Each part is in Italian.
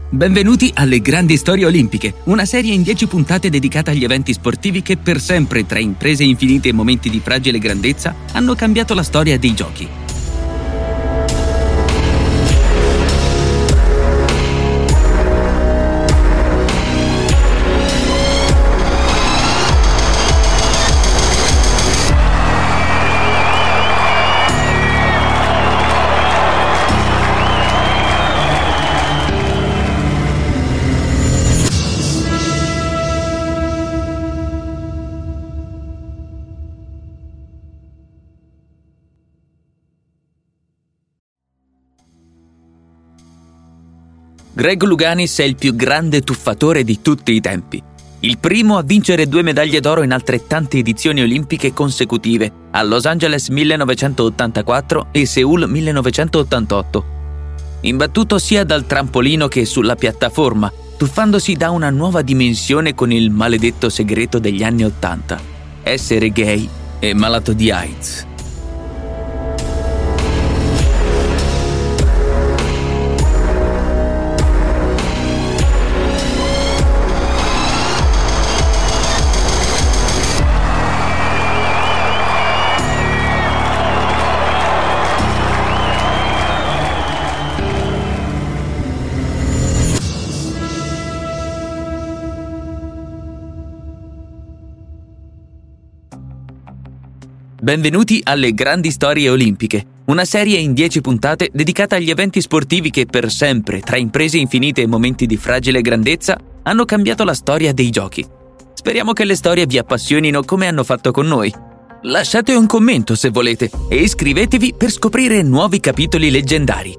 Benvenuti alle Grandi Storie Olimpiche, una serie in 10 puntate dedicata agli eventi sportivi che per sempre, tra imprese infinite e momenti di fragile grandezza, hanno cambiato la storia dei giochi. Greg Louganis è il più grande tuffatore di tutti i tempi. Il primo a vincere 2 medaglie d'oro in altrettante edizioni olimpiche consecutive, a Los Angeles 1984 e Seul 1988. Imbattuto sia dal trampolino che sulla piattaforma, tuffandosi da una nuova dimensione con il maledetto segreto degli anni '80: essere gay e malato di AIDS. Benvenuti alle Grandi Storie Olimpiche, una serie in 10 puntate dedicata agli eventi sportivi che per sempre, tra imprese infinite e momenti di fragile grandezza, hanno cambiato la storia dei giochi. Speriamo che le storie vi appassionino come hanno fatto con noi. Lasciate un commento se volete e iscrivetevi per scoprire nuovi capitoli leggendari.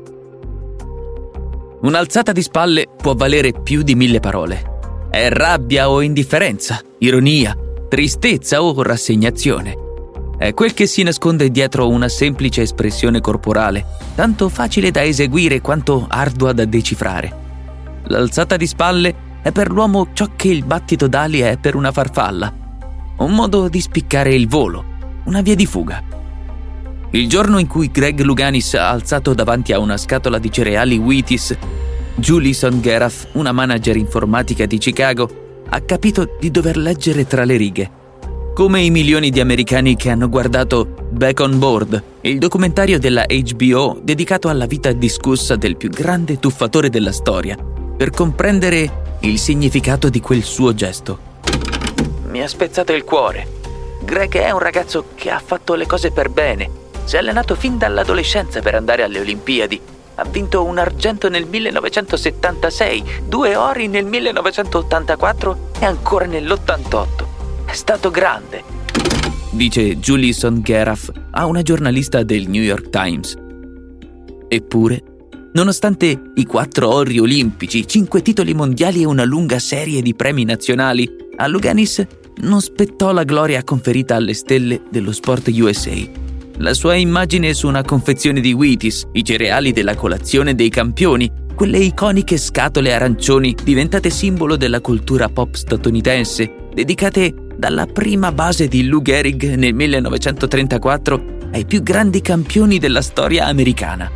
Un'alzata di spalle può valere più di 1000 parole. È rabbia o indifferenza, ironia, tristezza o rassegnazione. È quel che si nasconde dietro una semplice espressione corporale, tanto facile da eseguire quanto ardua da decifrare. L'alzata di spalle è per l'uomo ciò che il battito d'ali è per una farfalla, un modo di spiccare il volo, una via di fuga. Il giorno in cui Greg Louganis ha alzato davanti a una scatola di cereali Wheaties, Julie Son-Geraf, una manager informatica di Chicago, ha capito di dover leggere tra le righe. Come i milioni di americani che hanno guardato Back on Board, il documentario della HBO dedicato alla vita discussa del più grande tuffatore della storia, per comprendere il significato di quel suo gesto. Mi ha spezzato il cuore. Greg è un ragazzo che ha fatto le cose per bene. Si è allenato fin dall'adolescenza per andare alle Olimpiadi. Ha vinto un argento nel 1976, 2 ori nel 1984 e ancora nell'88. È stato grande, dice Julie Son-Geraf a una giornalista del New York Times. Eppure, nonostante i 4 ori olimpici, 5 titoli mondiali e una lunga serie di premi nazionali, a Louganis non spettò la gloria conferita alle stelle dello sport USA. La sua immagine su una confezione di Wheaties, i cereali della colazione dei campioni, quelle iconiche scatole arancioni diventate simbolo della cultura pop statunitense, dedicate dalla prima base di Lou Gehrig nel 1934 ai più grandi campioni della storia americana.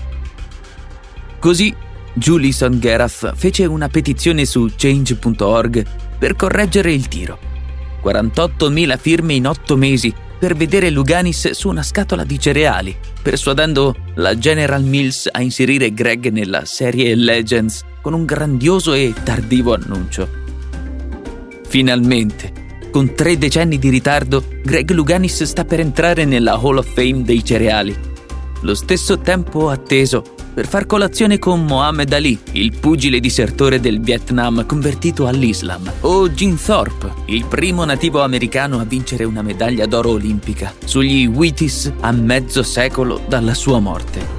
Così Julie Son-Geraf fece una petizione su change.org per correggere il tiro. 48.000 firme in 8 mesi per vedere Louganis su una scatola di cereali, persuadendo la General Mills a inserire Greg nella serie Legends con un grandioso e tardivo annuncio. Finalmente, con 3 decenni di ritardo, Greg Louganis sta per entrare nella Hall of Fame dei cereali. Lo stesso tempo atteso per far colazione con Muhammad Ali, il pugile disertore del Vietnam convertito all'Islam, o Jim Thorpe, il primo nativo americano a vincere una medaglia d'oro olimpica, sugli Wheaties a mezzo secolo dalla sua morte.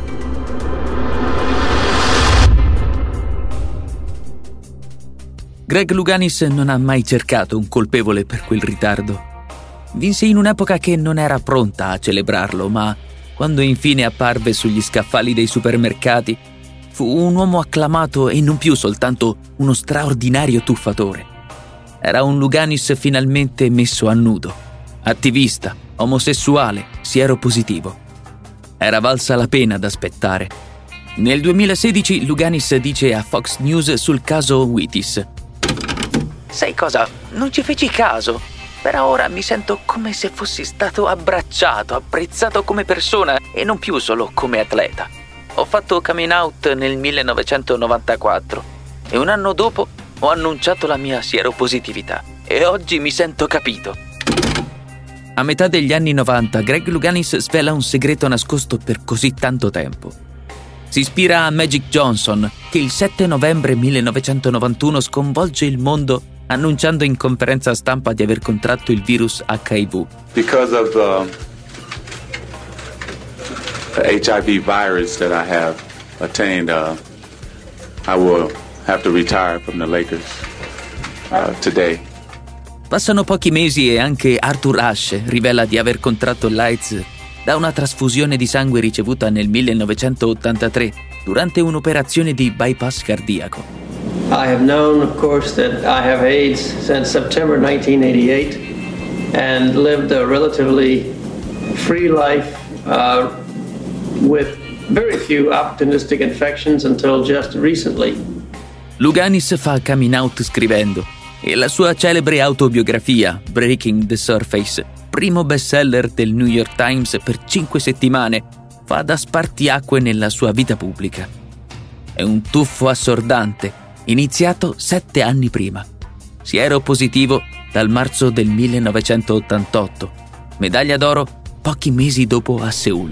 Greg Louganis non ha mai cercato un colpevole per quel ritardo. Vinse in un'epoca che non era pronta a celebrarlo, ma quando infine apparve sugli scaffali dei supermercati, fu un uomo acclamato e non più soltanto uno straordinario tuffatore. Era un Louganis finalmente messo a nudo, attivista, omosessuale, sieropositivo. Era valsa la pena d'aspettare. Nel 2016 Louganis dice a Fox News sul caso Wittis: «Sai cosa? Non ci feci caso. Però ora mi sento come se fossi stato abbracciato, apprezzato come persona e non più solo come atleta. Ho fatto coming out nel 1994 e un anno dopo ho annunciato la mia sieropositività e oggi mi sento capito». A metà degli anni 90 Greg Louganis svela un segreto nascosto per così tanto tempo. Si ispira a Magic Johnson, che il 7 novembre 1991 sconvolge il mondo annunciando in conferenza stampa di aver contratto il virus HIV. Because of the HIV virus that I have attained, I will have to retire from the Lakers today. Passano pochi mesi e anche Arthur Ashe rivela di aver contratto l'AIDS da una trasfusione di sangue ricevuta nel 1983 durante un'operazione di bypass cardiaco. I have known, of course, that I have AIDS since September 1988 and lived a relatively free life with very few opportunistic infections until just recently. Louganis fa coming out scrivendo e la sua celebre autobiografia, Breaking the Surface, primo bestseller del New York Times per 5 settimane, fa da spartiacque nella sua vita pubblica. È un tuffo assordante, iniziato 7 anni prima. Sieropositivo dal marzo del 1988, medaglia d'oro pochi mesi dopo a Seul.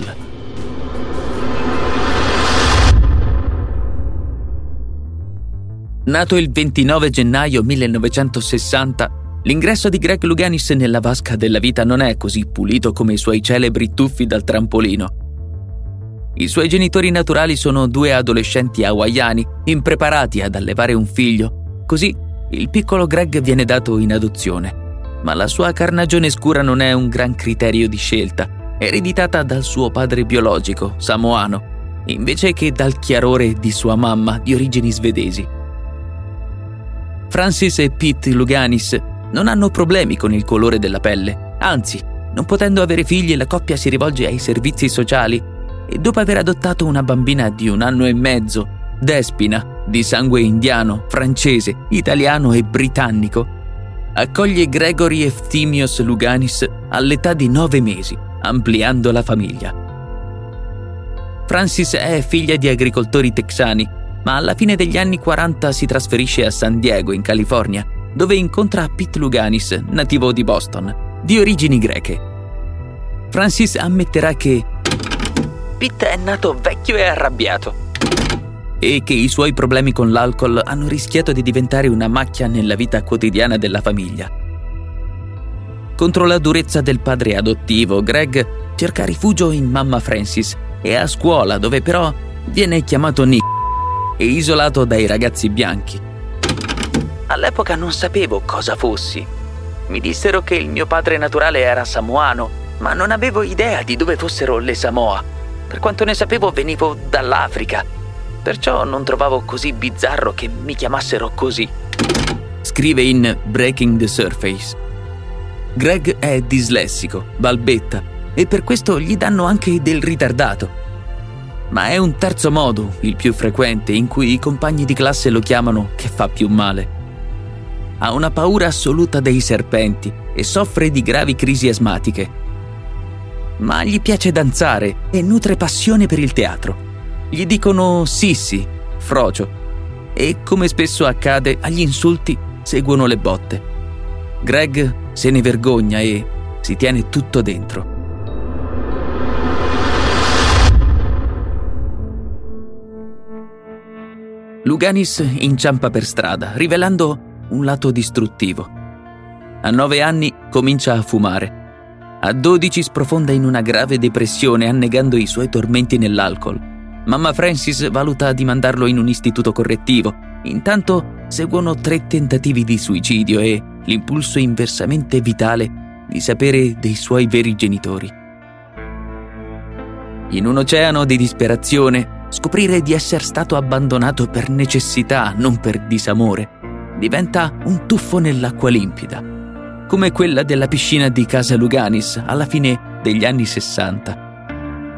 Nato il 29 gennaio 1960, l'ingresso di Greg Louganis nella vasca della vita non è così pulito come i suoi celebri tuffi dal trampolino. I suoi genitori naturali sono 2 adolescenti hawaiani impreparati ad allevare un figlio. Così il piccolo Greg viene dato in adozione. Ma la sua carnagione scura non è un gran criterio di scelta, ereditata dal suo padre biologico, samoano, invece che dal chiarore di sua mamma di origini svedesi. Francis e Pete Louganis non hanno problemi con il colore della pelle, anzi, non potendo avere figli la coppia si rivolge ai servizi sociali e dopo aver adottato una bambina di 1 anno e mezzo, Despina, di sangue indiano, francese, italiano e britannico, accoglie Gregory Efthymios Louganis all'età di 9 mesi, ampliando la famiglia. Francis è figlia di agricoltori texani, ma alla fine degli anni 40 si trasferisce a San Diego, in California, dove incontra Pete Louganis, nativo di Boston, di origini greche. Francis ammetterà che Pete è nato vecchio e arrabbiato e che i suoi problemi con l'alcol hanno rischiato di diventare una macchia nella vita quotidiana della famiglia. Contro la durezza del padre adottivo, Greg cerca rifugio in mamma Francis e a scuola, dove però viene chiamato Nick e isolato dai ragazzi bianchi. All'epoca non sapevo cosa fossi. Mi dissero che il mio padre naturale era samoano, ma non avevo idea di dove fossero le Samoa. Per quanto ne sapevo venivo dall'Africa, perciò non trovavo così bizzarro che mi chiamassero così. Scrive in Breaking the Surface. Greg è dislessico, balbetta e per questo gli danno anche del ritardato. Ma è un terzo modo, il più frequente, in cui i compagni di classe lo chiamano che fa più male. Ha una paura assoluta dei serpenti e soffre di gravi crisi asmatiche. Ma gli piace danzare e nutre passione per il teatro. Gli dicono Sissi, frocio, e come spesso accade, agli insulti seguono le botte. Greg se ne vergogna e si tiene tutto dentro. Louganis inciampa per strada, rivelando un lato distruttivo. A 9 anni comincia a fumare. A 12 sprofonda in una grave depressione, annegando i suoi tormenti nell'alcol. Mamma Francis valuta di mandarlo in un istituto correttivo. Intanto seguono 3 tentativi di suicidio e l'impulso inversamente vitale di sapere dei suoi veri genitori. In un oceano di disperazione, scoprire di essere stato abbandonato per necessità, non per disamore, diventa un tuffo nell'acqua limpida, come quella della piscina di casa Louganis alla fine degli anni 60.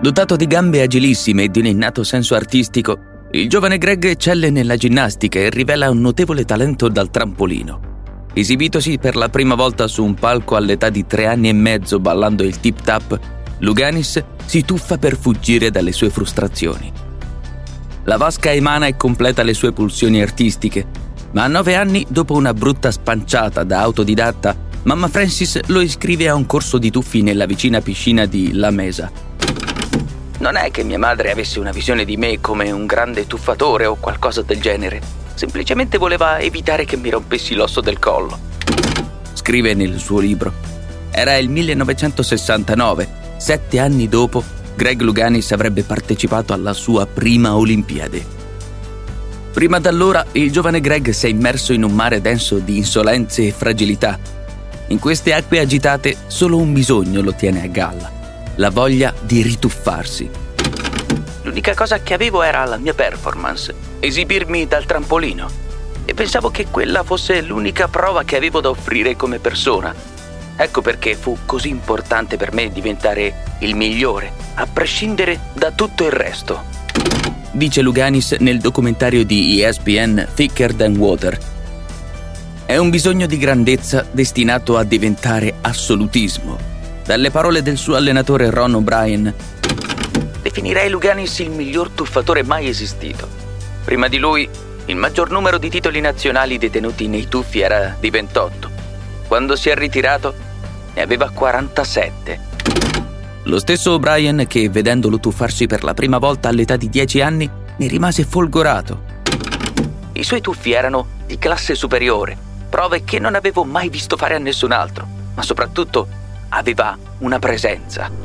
Dotato di gambe agilissime e di un innato senso artistico, il giovane Greg eccelle nella ginnastica e rivela un notevole talento dal trampolino. Esibitosi per la prima volta su un palco all'età di 3 anni e mezzo ballando il tip tap, Louganis si tuffa per fuggire dalle sue frustrazioni. La vasca emana e completa le sue pulsioni artistiche, ma a 9 anni, dopo una brutta spanciata da autodidatta, mamma Francis lo iscrive a un corso di tuffi nella vicina piscina di La Mesa. Non è che mia madre avesse una visione di me come un grande tuffatore o qualcosa del genere. Semplicemente voleva evitare che mi rompessi l'osso del collo. Scrive nel suo libro. Era il 1969. 7 anni dopo, Greg Louganis avrebbe partecipato alla sua prima Olimpiade. Prima d'allora, il giovane Greg si è immerso in un mare denso di insolenze e fragilità. In queste acque agitate, solo un bisogno lo tiene a galla: la voglia di rituffarsi. L'unica cosa che avevo era la mia performance, esibirmi dal trampolino, e pensavo che quella fosse l'unica prova che avevo da offrire come persona. Ecco perché fu così importante per me diventare il migliore, a prescindere da tutto il resto. Dice Louganis nel documentario di ESPN Thicker Than Water. È un bisogno di grandezza destinato a diventare assolutismo. Dalle parole del suo allenatore Ron O'Brien: definirei Louganis il miglior tuffatore mai esistito. Prima di lui, il maggior numero di titoli nazionali detenuti nei tuffi era di 28. Quando si è ritirato, ne aveva 47. Lo stesso O'Brien che, vedendolo tuffarsi per la prima volta all'età di 10 anni, ne rimase folgorato. I suoi tuffi erano di classe superiore, prove che non avevo mai visto fare a nessun altro, ma soprattutto aveva una presenza.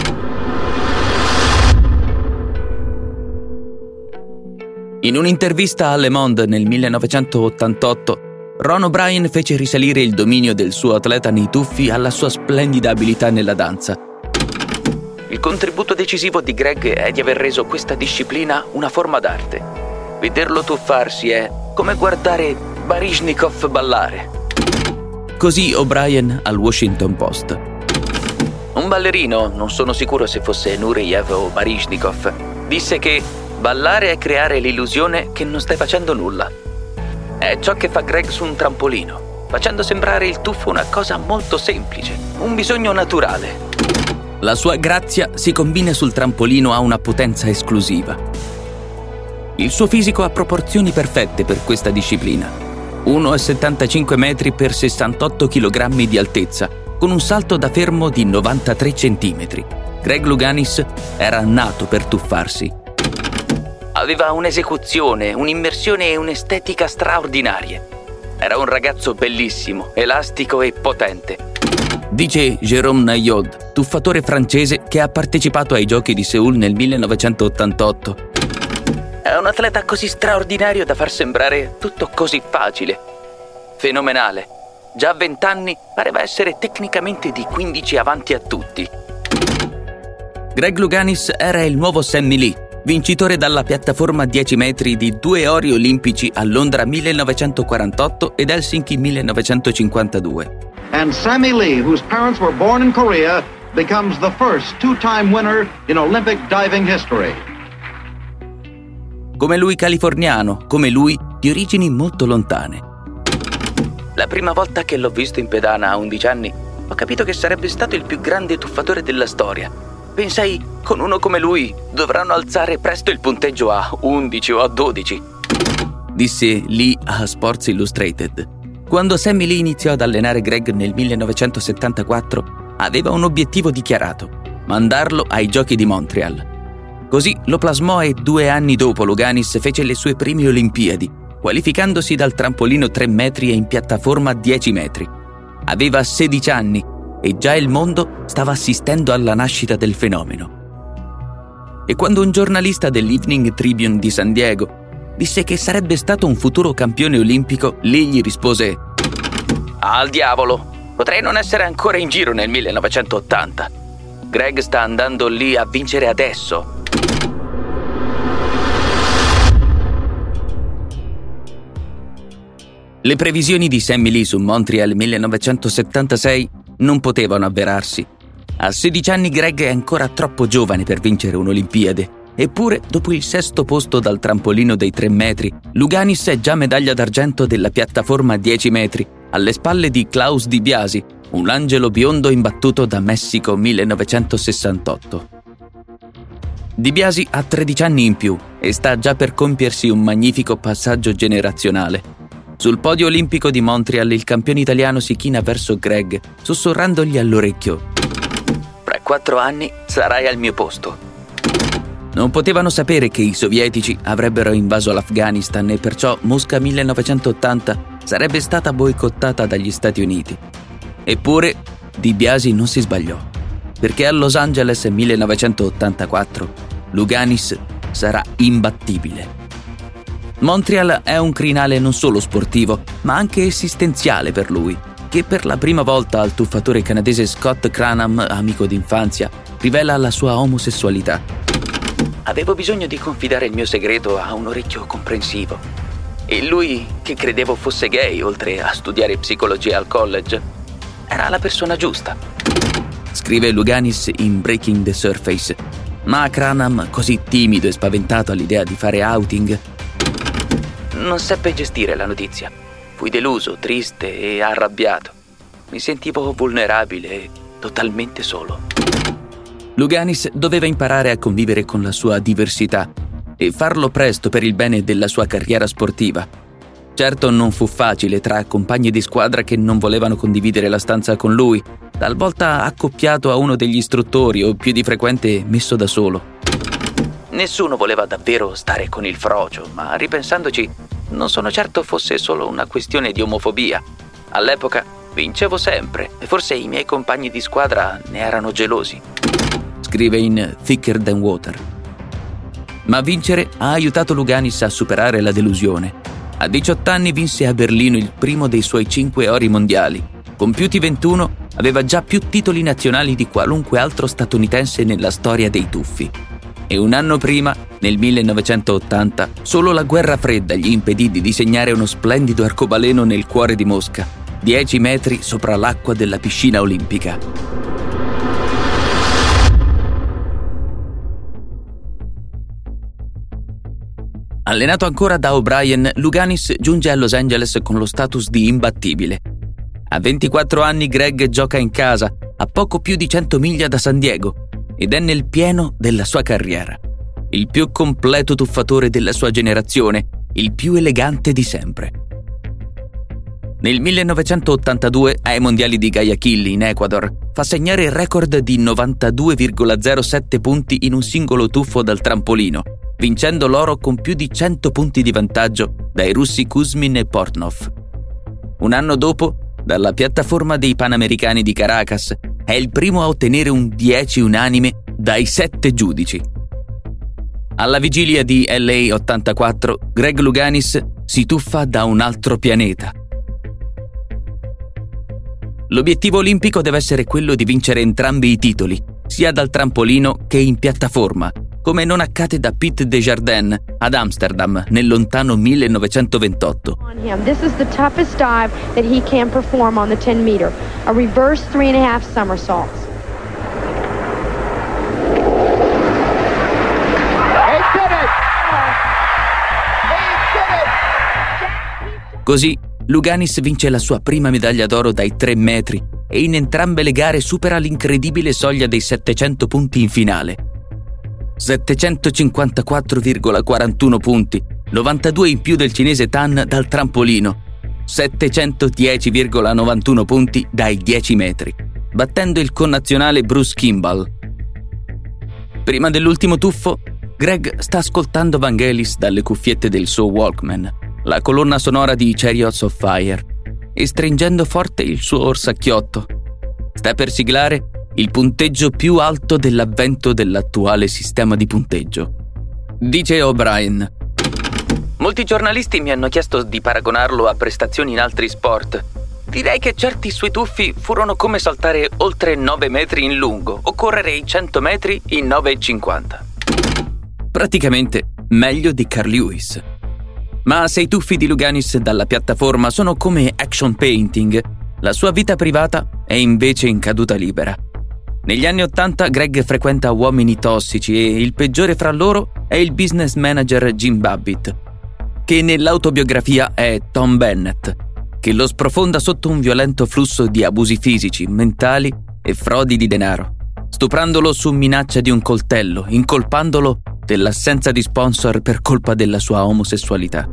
In un'intervista a Le Monde nel 1988, Ron O'Brien fece risalire il dominio del suo atleta nei tuffi alla sua splendida abilità nella danza. Il contributo decisivo di Greg è di aver reso questa disciplina una forma d'arte. Vederlo tuffarsi è come guardare Baryshnikov ballare. Così O'Brien al Washington Post. Un ballerino, non sono sicuro se fosse Nureyev o Baryshnikov, disse che ballare è creare l'illusione che non stai facendo nulla. È ciò che fa Greg su un trampolino, facendo sembrare il tuffo una cosa molto semplice, un bisogno naturale. La sua grazia si combina sul trampolino a una potenza esclusiva. Il suo fisico ha proporzioni perfette per questa disciplina. 1,75 metri per 68 kg di altezza, con un salto da fermo di 93 centimetri. Greg Louganis era nato per tuffarsi. Aveva un'esecuzione, un'immersione e un'estetica straordinarie. Era un ragazzo bellissimo, elastico e potente. Dice Jérôme Nayaud, tuffatore francese che ha partecipato ai Giochi di Seul nel 1988. È un atleta così straordinario da far sembrare tutto così facile. Fenomenale. Già a 20 anni pareva essere tecnicamente di 15 avanti a tutti. Greg Louganis era il nuovo Sammy Lee, vincitore dalla piattaforma 10 metri di 2 ori olimpici a Londra 1948 ed Helsinki 1952. And Sammy Lee, whose parents were born in Korea, becomes the first two-time winner in Olympic diving history. Come lui californiano, come lui di origini molto lontane. La prima volta che l'ho visto in pedana a 11 anni, ho capito che sarebbe stato il più grande tuffatore della storia. Pensai, con uno come lui, dovranno alzare presto il punteggio a 11 o a 12. Disse Lee a Sports Illustrated. Quando Sammy Lee iniziò ad allenare Greg nel 1974, aveva un obiettivo dichiarato: mandarlo ai Giochi di Montreal. Così lo plasmò e 2 anni dopo Louganis fece le sue prime Olimpiadi, qualificandosi dal trampolino 3 metri e in piattaforma 10 metri. Aveva 16 anni e già il mondo stava assistendo alla nascita del fenomeno. E quando un giornalista dell'Evening Tribune di San Diego disse che sarebbe stato un futuro campione olimpico, Lee gli rispose: al diavolo, potrei non essere ancora in giro nel 1980. Greg sta andando lì a vincere adesso. Le previsioni di Sammy Lee su Montreal 1976 non potevano avverarsi. A 16 anni Greg è ancora troppo giovane per vincere un'Olimpiade. Eppure, dopo il 6° posto dal trampolino dei 3 metri, Louganis è già medaglia d'argento della piattaforma 10 metri, alle spalle di Klaus Di Biasi, un angelo biondo imbattuto da Messico 1968. Di Biasi ha 13 anni in più e sta già per compiersi un magnifico passaggio generazionale. Sul podio olimpico di Montreal il campione italiano si china verso Greg, sussurrandogli all'orecchio: «Fra 4 anni sarai al mio posto». Non potevano sapere che i sovietici avrebbero invaso l'Afghanistan e perciò Mosca 1980 sarebbe stata boicottata dagli Stati Uniti. Eppure Di Biasi non si sbagliò, perché a Los Angeles 1984 Louganis sarà imbattibile. Montreal è un crinale non solo sportivo, ma anche esistenziale per lui, che per la prima volta al tuffatore canadese Scott Cranham, amico d'infanzia, rivela la sua omosessualità. Avevo bisogno di confidare il mio segreto a un orecchio comprensivo. E lui, che credevo fosse gay, oltre a studiare psicologia al college, era la persona giusta. Scrive Louganis in Breaking the Surface. Ma Cranham, così timido e spaventato all'idea di fare outing, non seppe gestire la notizia. Fui deluso, triste e arrabbiato. Mi sentivo vulnerabile e totalmente solo. Louganis doveva imparare a convivere con la sua diversità e farlo presto per il bene della sua carriera sportiva. Certo non fu facile tra compagni di squadra che non volevano condividere la stanza con lui, talvolta accoppiato a uno degli istruttori o più di frequente messo da solo. Nessuno voleva davvero stare con il frocio, ma ripensandoci non sono certo fosse solo una questione di omofobia. All'epoca vincevo sempre e forse i miei compagni di squadra ne erano gelosi. Scrive in Thicker Than Water. Ma vincere ha aiutato Louganis a superare la delusione. A 18 anni vinse a Berlino il primo dei suoi 5 ori mondiali. Compiuti 21, aveva già più titoli nazionali di qualunque altro statunitense nella storia dei tuffi. E un anno prima, nel 1980, solo la guerra fredda gli impedì di disegnare uno splendido arcobaleno nel cuore di Mosca, 10 metri sopra l'acqua della piscina olimpica. Allenato ancora da O'Brien, Louganis giunge a Los Angeles con lo status di imbattibile. A 24 anni Greg gioca in casa, a poco più di 100 miglia da San Diego, ed è nel pieno della sua carriera. Il più completo tuffatore della sua generazione, il più elegante di sempre. Nel 1982, ai mondiali di Guayaquil in Ecuador, fa segnare il record di 92,07 punti in un singolo tuffo dal trampolino, vincendo l'oro con più di 100 punti di vantaggio dai russi Kuzmin e Portnov. Un anno dopo, dalla piattaforma dei Panamericani di Caracas, è il primo a ottenere un 10 unanime dai 7 giudici. Alla vigilia di LA 84, Greg Louganis si tuffa da un altro pianeta. L'obiettivo olimpico deve essere quello di vincere entrambi i titoli, sia dal trampolino che in piattaforma, come non accade da Pete Desjardins ad Amsterdam nel lontano 1928. This is the toughest dive that he can perform on the 10 meter, a reverse 3.5 somersaults. He did it! He did it! Così Louganis vince la sua prima medaglia d'oro dai 3 metri e in entrambe le gare supera l'incredibile soglia dei 700 punti in finale. 754,41 punti, 92 in più del cinese Tan dal trampolino, 710,91 punti dai 10 metri, battendo il connazionale Bruce Kimball. Prima dell'ultimo tuffo, Greg sta ascoltando Vangelis dalle cuffiette del suo Walkman, la colonna sonora di Chariots of Fire, e stringendo forte il suo orsacchiotto. Sta per siglare il punteggio più alto dell'avvento dell'attuale sistema di punteggio. Dice O'Brien: molti giornalisti mi hanno chiesto di paragonarlo a prestazioni in altri sport. Direi che certi suoi tuffi furono come saltare oltre 9 metri in lungo o correre i 100 metri in 9,50. Praticamente meglio di Carl Lewis. Ma se i tuffi di Louganis dalla piattaforma sono come action painting, la sua vita privata è invece in caduta libera. Negli anni '80 Greg frequenta uomini tossici e il peggiore fra loro è il business manager Jim Babbitt, che nell'autobiografia è Tom Bennett, che lo sprofonda sotto un violento flusso di abusi fisici, mentali e frodi di denaro, stuprandolo su minaccia di un coltello, incolpandolo dell'assenza di sponsor per colpa della sua omosessualità.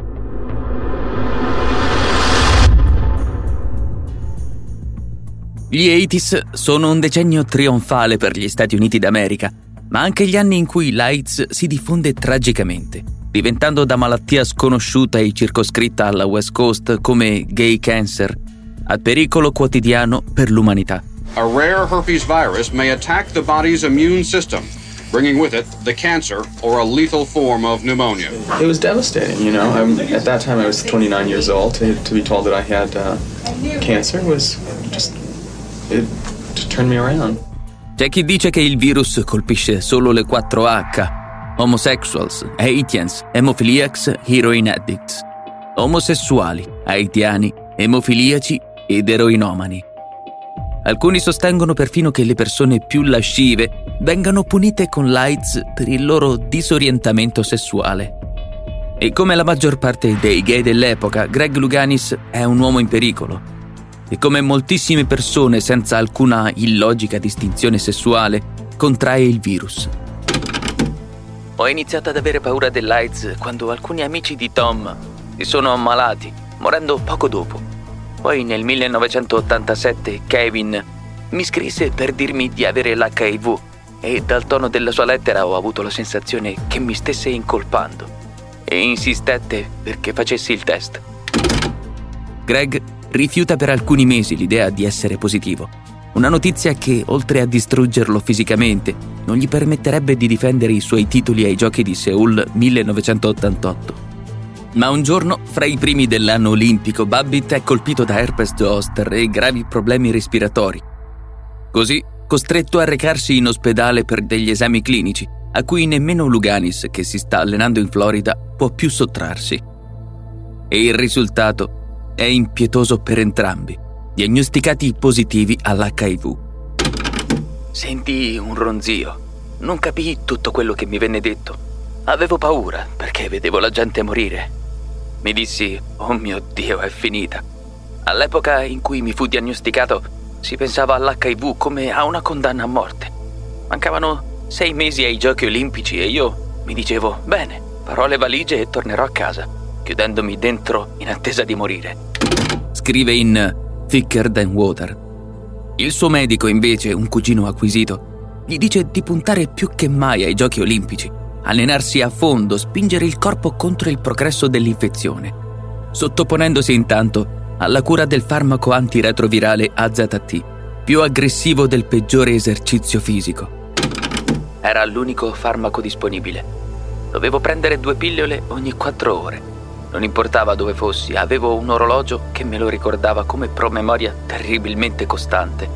Gli 80s sono un decennio trionfale per gli Stati Uniti d'America, ma anche gli anni in cui l'AIDS si diffonde tragicamente, diventando da malattia sconosciuta e circoscritta alla West Coast come gay cancer, a pericolo quotidiano per l'umanità. A rare herpes virus may attack the body's immune system, bringing with it the cancer or a lethal form of pneumonia. It was devastating, you know. At that time I was 29 years old. To be told that I had cancer was it turned me around. C'è chi dice che il virus colpisce solo le 4H: homosexuals, Haitians, hemophiliacs, heroin addicts. Omosessuali, haitiani, emofiliaci ed eroinomani. Alcuni sostengono perfino che le persone più lascive vengano punite con l'AIDS per il loro disorientamento sessuale. E come la maggior parte dei gay dell'epoca, Greg Louganis è un uomo in pericolo. E come moltissime persone senza alcuna illogica distinzione sessuale, contrae il virus. Ho iniziato ad avere paura dell'AIDS quando alcuni amici di Tom si sono ammalati, morendo poco dopo. Poi nel 1987 Kevin mi scrisse per dirmi di avere l'HIV e dal tono della sua lettera ho avuto la sensazione che mi stesse incolpando e insistette perché facessi il test. Greg rifiuta per alcuni mesi l'idea di essere positivo, una notizia che, oltre a distruggerlo fisicamente, non gli permetterebbe di difendere i suoi titoli ai Giochi di Seoul 1988. Ma un giorno, fra i primi dell'anno olimpico, Babbitt è colpito da herpes zoster e gravi problemi respiratori. Così, costretto a recarsi in ospedale per degli esami clinici, a cui nemmeno Louganis, che si sta allenando in Florida, può più sottrarsi. E il risultato è impietoso per entrambi, diagnosticati positivi all'HIV. Sentii un ronzio. Non capii tutto quello che mi venne detto. Avevo paura perché vedevo la gente morire. Mi dissi, oh mio Dio, è finita. All'epoca in cui mi fu diagnosticato si pensava all'HIV come a una condanna a morte. Mancavano 6 mesi ai Giochi Olimpici e io mi dicevo, bene, farò le valigie e tornerò a casa, chiudendomi dentro in attesa di morire. Scrive in Thicker Than Water. Il suo medico, invece, un cugino acquisito, gli dice di puntare più che mai ai Giochi Olimpici, allenarsi a fondo, spingere il corpo contro il progresso dell'infezione, sottoponendosi intanto alla cura del farmaco antiretrovirale AZT, più aggressivo del peggiore esercizio fisico. Era l'unico farmaco disponibile. Dovevo prendere 2 pillole ogni 4 ore. Non importava dove fossi, avevo un orologio che me lo ricordava come promemoria terribilmente costante.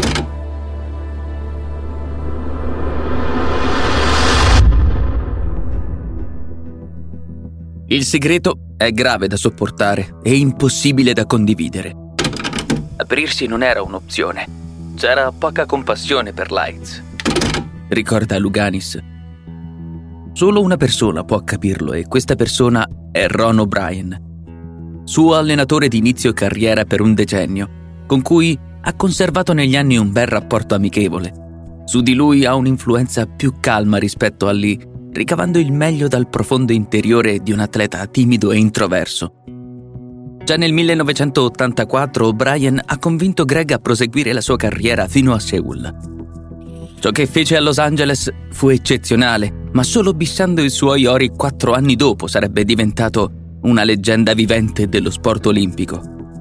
Il segreto è grave da sopportare e impossibile da condividere. Aprirsi non era un'opzione. C'era poca compassione per l'AIDS, ricorda Louganis. Solo una persona può capirlo e questa persona è Ron O'Brien, suo allenatore di inizio carriera per un decennio, con cui ha conservato negli anni un bel rapporto amichevole. Su di lui ha un'influenza più calma rispetto a Lee, ricavando il meglio dal profondo interiore di un atleta timido e introverso. Già nel 1984 O'Brien ha convinto Greg a proseguire la sua carriera fino a Seoul. Ciò che fece a Los Angeles fu eccezionale, ma solo bissando i suoi ori 4 anni dopo sarebbe diventato una leggenda vivente dello sport olimpico.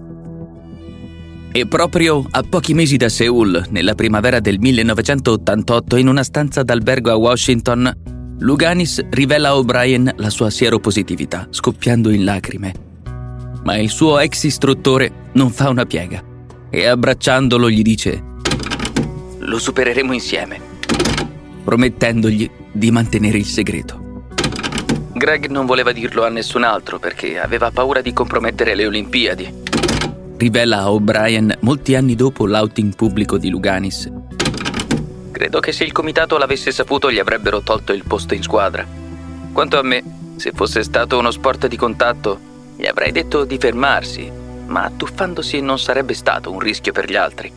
E proprio a pochi mesi da Seoul, nella primavera del 1988, in una stanza d'albergo a Washington, Louganis rivela a O'Brien la sua sieropositività, scoppiando in lacrime. Ma il suo ex istruttore non fa una piega e abbracciandolo gli dice: lo supereremo insieme, promettendogli di mantenere il segreto. Greg non voleva dirlo a nessun altro perché aveva paura di compromettere le Olimpiadi, rivela a O'Brien molti anni dopo l'outing pubblico di Louganis. Credo che se il comitato l'avesse saputo gli avrebbero tolto il posto in squadra. Quanto a me, se fosse stato uno sport di contatto, gli avrei detto di fermarsi, ma tuffandosi non sarebbe stato un rischio per gli altri.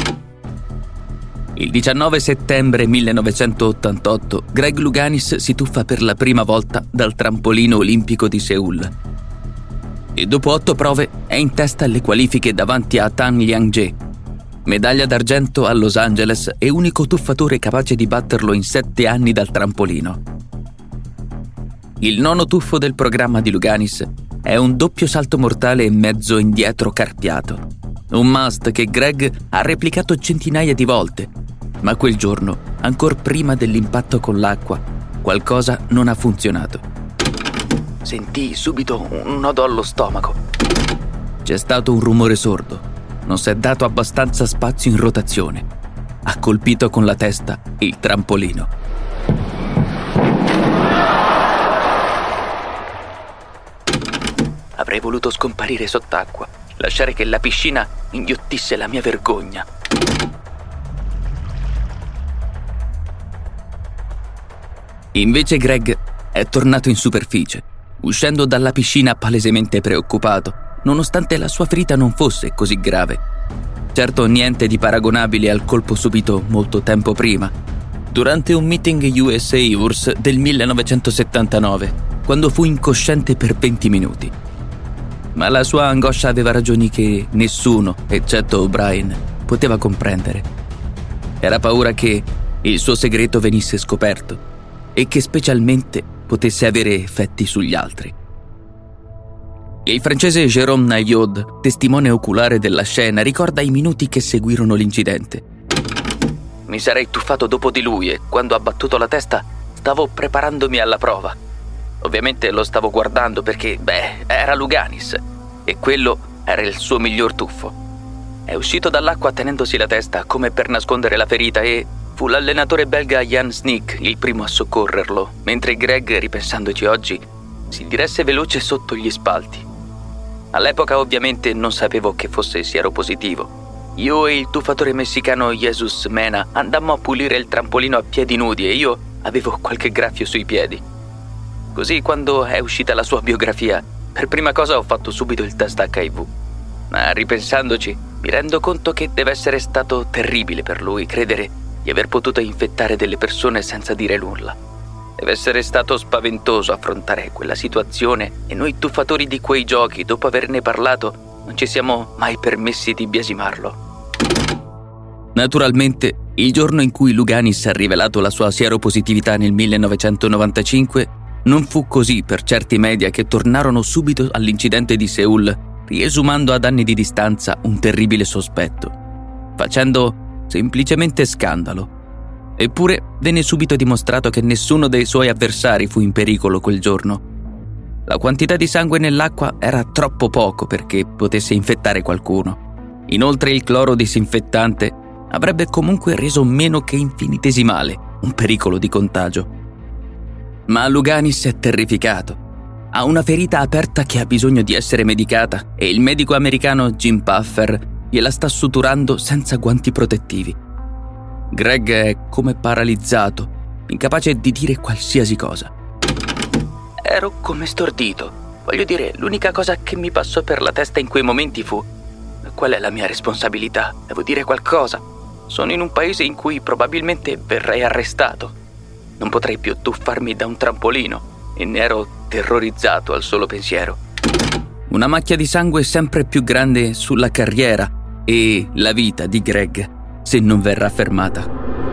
Il 19 settembre 1988 Greg Louganis si tuffa per la prima volta dal trampolino olimpico di Seul. E dopo 8 prove è in testa alle qualifiche davanti a Tan Liang-jae, medaglia d'argento a Los Angeles e unico tuffatore capace di batterlo in 7 anni dal trampolino. Il 9° tuffo del programma di Louganis è un doppio salto mortale e mezzo indietro carpiato. Un must che Greg ha replicato centinaia di volte, ma quel giorno, ancor prima dell'impatto con l'acqua, qualcosa non ha funzionato. Sentii subito un nodo allo stomaco. C'è stato un rumore sordo. Non si è dato abbastanza spazio in rotazione. Ha colpito con la testa il trampolino. Avrei voluto scomparire sott'acqua, lasciare che la piscina inghiottisse la mia vergogna. Invece Greg è tornato in superficie, uscendo dalla piscina palesemente preoccupato, nonostante la sua ferita non fosse così grave. Certo, niente di paragonabile al colpo subito molto tempo prima, durante un meeting USA URSS del 1979, quando fu incosciente per 20 minuti. Ma la sua angoscia aveva ragioni che nessuno, eccetto O'Brien, poteva comprendere. Era paura che il suo segreto venisse scoperto e che specialmente potesse avere effetti sugli altri. Il francese Jérôme Nailliod, testimone oculare della scena, ricorda i minuti che seguirono l'incidente. Mi sarei tuffato dopo di lui e quando ha battuto la testa stavo preparandomi alla prova. Ovviamente lo stavo guardando perché, era Louganis e quello era il suo miglior tuffo. È uscito dall'acqua tenendosi la testa come per nascondere la ferita e fu l'allenatore belga Jan Sneek il primo a soccorrerlo, mentre Greg, ripensandoci oggi, si diresse veloce sotto gli spalti. All'epoca ovviamente non sapevo che fosse sieropositivo. Io e il tuffatore messicano Jesus Mena andammo a pulire il trampolino a piedi nudi e io avevo qualche graffio sui piedi. Così quando è uscita la sua biografia, per prima cosa ho fatto subito il test HIV. Ma ripensandoci, mi rendo conto che deve essere stato terribile per lui credere di aver potuto infettare delle persone senza dire nulla. Deve essere stato spaventoso affrontare quella situazione e noi tuffatori di quei giochi, dopo averne parlato, non ci siamo mai permessi di biasimarlo. Naturalmente, il giorno in cui Louganis ha rivelato la sua sieropositività nel 1995 non fu così per certi media che tornarono subito all'incidente di Seul, riesumando ad anni di distanza un terribile sospetto, facendo semplicemente scandalo. Eppure venne subito dimostrato che nessuno dei suoi avversari fu in pericolo quel giorno. La quantità di sangue nell'acqua era troppo poco perché potesse infettare qualcuno. Inoltre il cloro disinfettante avrebbe comunque reso meno che infinitesimale un pericolo di contagio. Ma Louganis è terrificato. Ha una ferita aperta che ha bisogno di essere medicata e il medico americano Jim Puffer gliela sta suturando senza guanti protettivi. Greg è come paralizzato, incapace di dire qualsiasi cosa. Ero come stordito. Voglio dire, l'unica cosa che mi passò per la testa in quei momenti fu: qual è la mia responsabilità? Devo dire qualcosa. Sono in un paese in cui probabilmente verrei arrestato. Non potrei più tuffarmi da un trampolino e ne ero terrorizzato al solo pensiero. Una macchia di sangue sempre più grande sulla carriera e la vita di Greg, se non verrà fermata.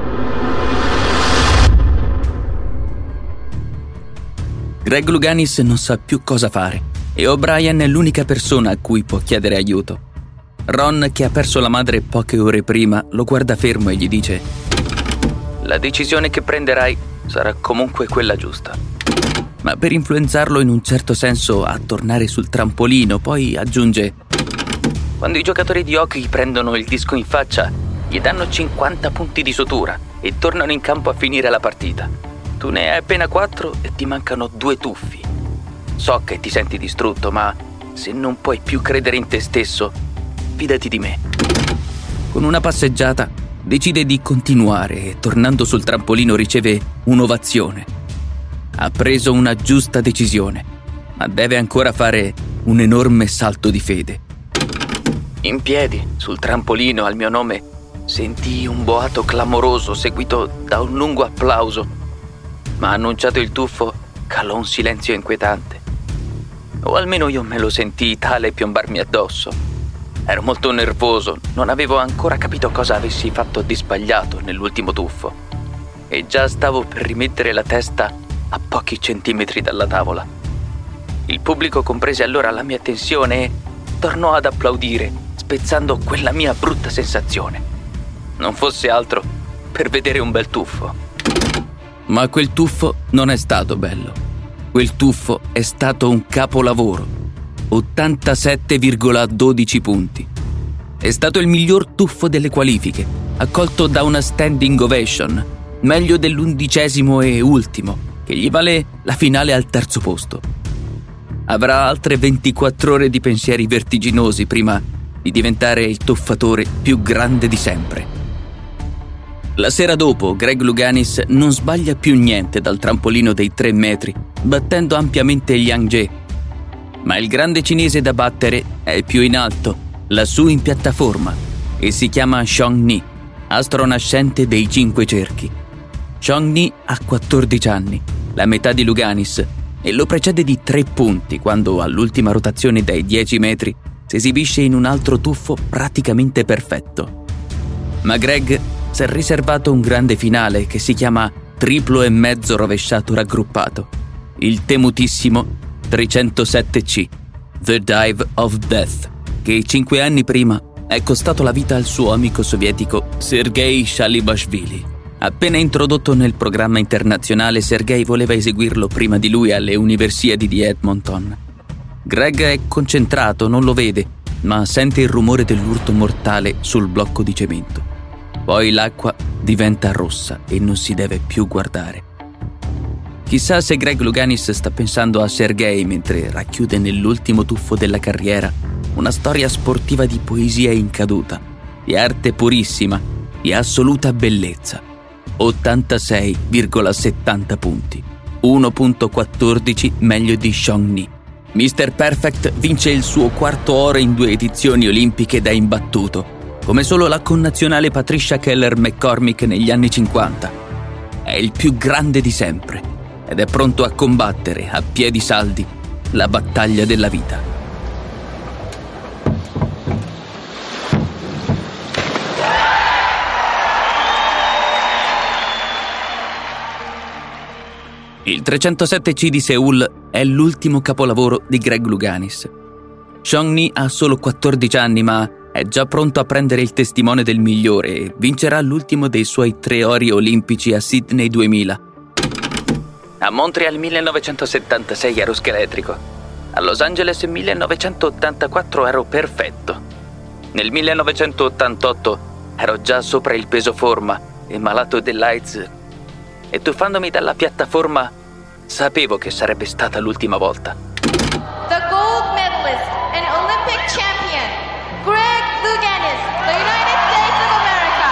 Greg Louganis non sa più cosa fare e O'Brien è l'unica persona a cui può chiedere aiuto. Ron, che ha perso la madre poche ore prima, lo guarda fermo e gli dice: la decisione che prenderai sarà comunque quella giusta. Ma per influenzarlo in un certo senso a tornare sul trampolino, poi aggiunge: quando i giocatori di hockey prendono il disco in faccia, gli danno 50 punti di sutura e tornano in campo a finire la partita. Tu ne hai appena 4 e ti mancano 2 tuffi. So che ti senti distrutto, ma se non puoi più credere in te stesso, fidati di me. Con una passeggiata decide di continuare e tornando sul trampolino riceve un'ovazione. Ha preso una giusta decisione, ma deve ancora fare un enorme salto di fede. In piedi, sul trampolino al mio nome, sentii un boato clamoroso seguito da un lungo applauso, ma annunciato il tuffo calò un silenzio inquietante. O almeno io me lo sentii tale piombarmi addosso. Ero molto nervoso, non avevo ancora capito cosa avessi fatto di sbagliato nell'ultimo tuffo e già stavo per rimettere la testa a pochi centimetri dalla tavola. Il pubblico comprese allora la mia tensione e tornò ad applaudire, spezzando quella mia brutta sensazione. Non fosse altro per vedere un bel tuffo. Ma quel tuffo non è stato bello. Quel tuffo è stato un capolavoro. 87,12 punti. È stato il miglior tuffo delle qualifiche, accolto da una standing ovation, meglio dell'11° e ultimo, che gli vale la finale al terzo posto. Avrà altre 24 ore di pensieri vertiginosi prima di diventare il tuffatore più grande di sempre. La sera dopo, Greg Louganis non sbaglia più niente dal trampolino dei 3 metri, battendo ampiamente Yang Jie. Ma il grande cinese da battere è più in alto, lassù in piattaforma, e si chiama Xiong Ni, astro nascente dei 5 cerchi. Xiong Ni ha 14 anni, la metà di Louganis, e lo precede di 3 punti quando all'ultima rotazione dai 10 metri si esibisce in un altro tuffo praticamente perfetto. Ma Greg si è riservato un grande finale che si chiama triplo e mezzo rovesciato raggruppato, il temutissimo 307C, The Dive of Death, che 5 anni prima è costato la vita al suo amico sovietico Sergei Shalibashvili. Appena introdotto nel programma internazionale, Sergei voleva eseguirlo prima di lui alle Universiadi di Edmonton. Greg è concentrato, non lo vede, ma sente il rumore dell'urto mortale sul blocco di cemento. Poi l'acqua diventa rossa e non si deve più guardare. Chissà se Greg Louganis sta pensando a Sergei mentre racchiude nell'ultimo tuffo della carriera una storia sportiva di poesia incaduta, di arte purissima, di assoluta bellezza. 86,70 punti, 1,14 meglio di Xiong Ni. Mr. Perfect vince il suo 4º oro in 2 edizioni olimpiche da imbattuto, come solo la connazionale Patricia Keller-McCormick negli anni 50. È il più grande di sempre ed è pronto a combattere a piedi saldi la battaglia della vita. Il 307C di Seoul è l'ultimo capolavoro di Greg Louganis. Xiong Ni ha solo 14 anni, ma è già pronto a prendere il testimone del migliore e vincerà l'ultimo dei suoi 3 ori olimpici a Sydney 2000. A Montreal 1976 ero scheletrico. A Los Angeles 1984 ero perfetto. Nel 1988 ero già sopra il peso forma e malato dell'AIDS. E tuffandomi dalla piattaforma sapevo che sarebbe stata l'ultima volta. The gold medalist and Olympic champion, Greg Louganis, the United States of America.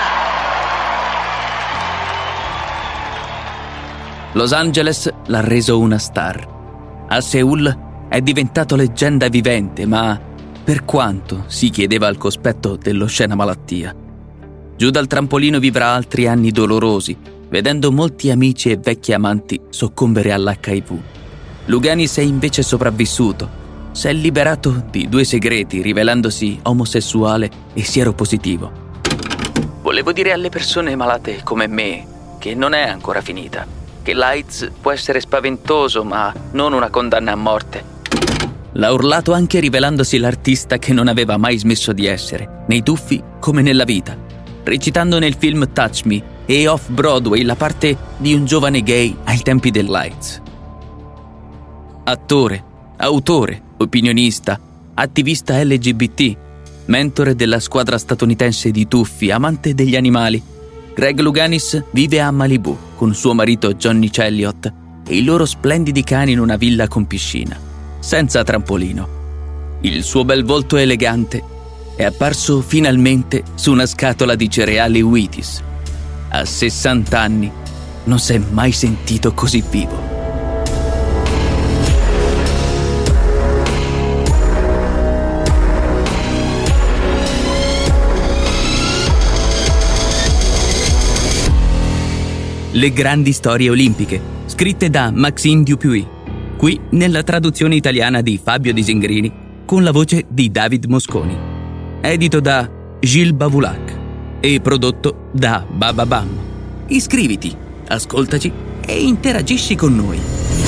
Los Angeles l'ha reso una star. A Seoul è diventato leggenda vivente, ma per quanto si chiedeva al cospetto dell'oscena malattia. Giù dal trampolino vivrà altri anni dolorosi, vedendo molti amici e vecchi amanti soccombere all'HIV. Louganis è invece sopravvissuto. Si è liberato di 2 segreti, rivelandosi omosessuale e sieropositivo. Volevo dire alle persone malate come me che non è ancora finita, che l'AIDS può essere spaventoso, ma non una condanna a morte. L'ha urlato anche rivelandosi l'artista che non aveva mai smesso di essere, nei tuffi come nella vita, recitando nel film Touch Me e off-Broadway la parte di un giovane gay ai tempi dell'AIDS. Attore, autore, opinionista, attivista LGBT, mentore della squadra statunitense di tuffi, amante degli animali, Greg Louganis vive a Malibu con suo marito Johnny Chariot e i loro splendidi cani in una villa con piscina, senza trampolino. Il suo bel volto elegante è apparso finalmente su una scatola di cereali Wheaties. A 60 anni non si è mai sentito così vivo. Le grandi storie olimpiche, scritte da Maxime Dupuis, qui nella traduzione italiana di Fabio Disingrini, con la voce di David Mosconi. Edito da Gilles Bavoulac e prodotto da Bababam. Iscriviti, ascoltaci e interagisci con noi.